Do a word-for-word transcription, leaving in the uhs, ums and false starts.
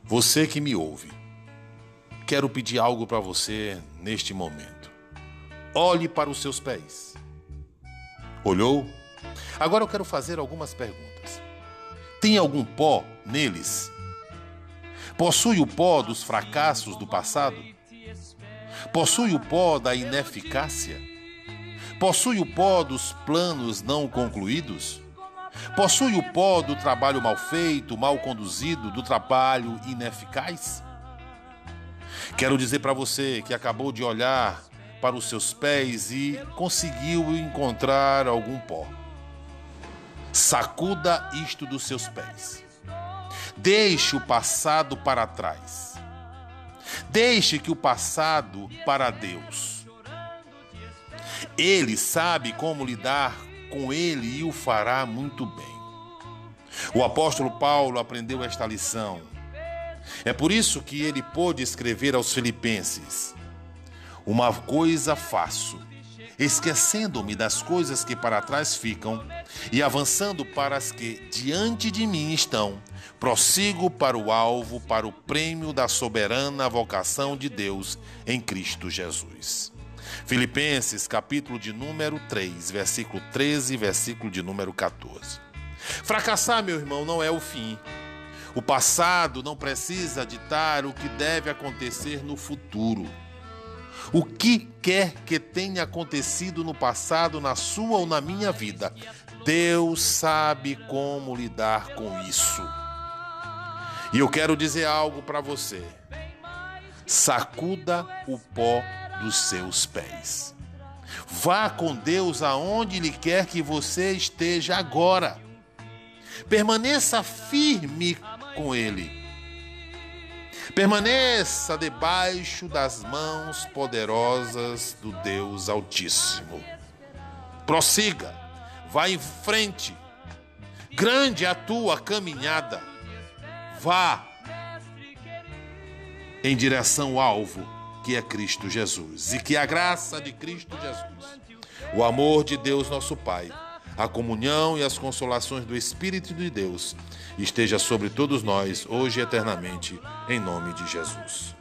Você que me ouve, quero pedir algo para você neste momento. Olhe para os seus pés. Olhou? Agora eu quero fazer algumas perguntas. Tem algum pó neles? Possui o pó dos fracassos do passado? Possui o pó da ineficácia? Possui o pó dos planos não concluídos? Possui o pó do trabalho mal feito, mal conduzido, do trabalho ineficaz? Quero dizer para você que acabou de olhar para os seus pés e conseguiu encontrar algum pó. Sacuda isto dos seus pés. Deixe o passado para trás. Deixe que o passado para Deus. Ele sabe como lidar com ele e o fará muito bem. O apóstolo Paulo aprendeu esta lição. É por isso que ele pôde escrever aos Filipenses: uma coisa faço, esquecendo-me das coisas que para trás ficam e avançando para as que diante de mim estão, prossigo para o alvo, para o prêmio da soberana vocação de Deus em Cristo Jesus. Filipenses, capítulo de número três, versículo treze, versículo de número quatorze. Fracassar, meu irmão, não é o fim. O passado não precisa ditar o que deve acontecer no futuro. O que quer que tenha acontecido no passado, na sua ou na minha vida, Deus sabe como lidar com isso. E eu quero dizer algo para você. Sacuda o pó dos seus pés. Vá com Deus aonde Ele quer que você esteja agora. Permaneça firme com Ele. Permaneça debaixo das mãos poderosas do Deus Altíssimo. Prossiga, vá em frente. Grande é a tua caminhada. Vá em direção ao alvo, que é Cristo Jesus. E que a graça de Cristo Jesus, o amor de Deus nosso Pai, a comunhão e as consolações do Espírito de Deus esteja sobre todos nós, hoje e eternamente, em nome de Jesus.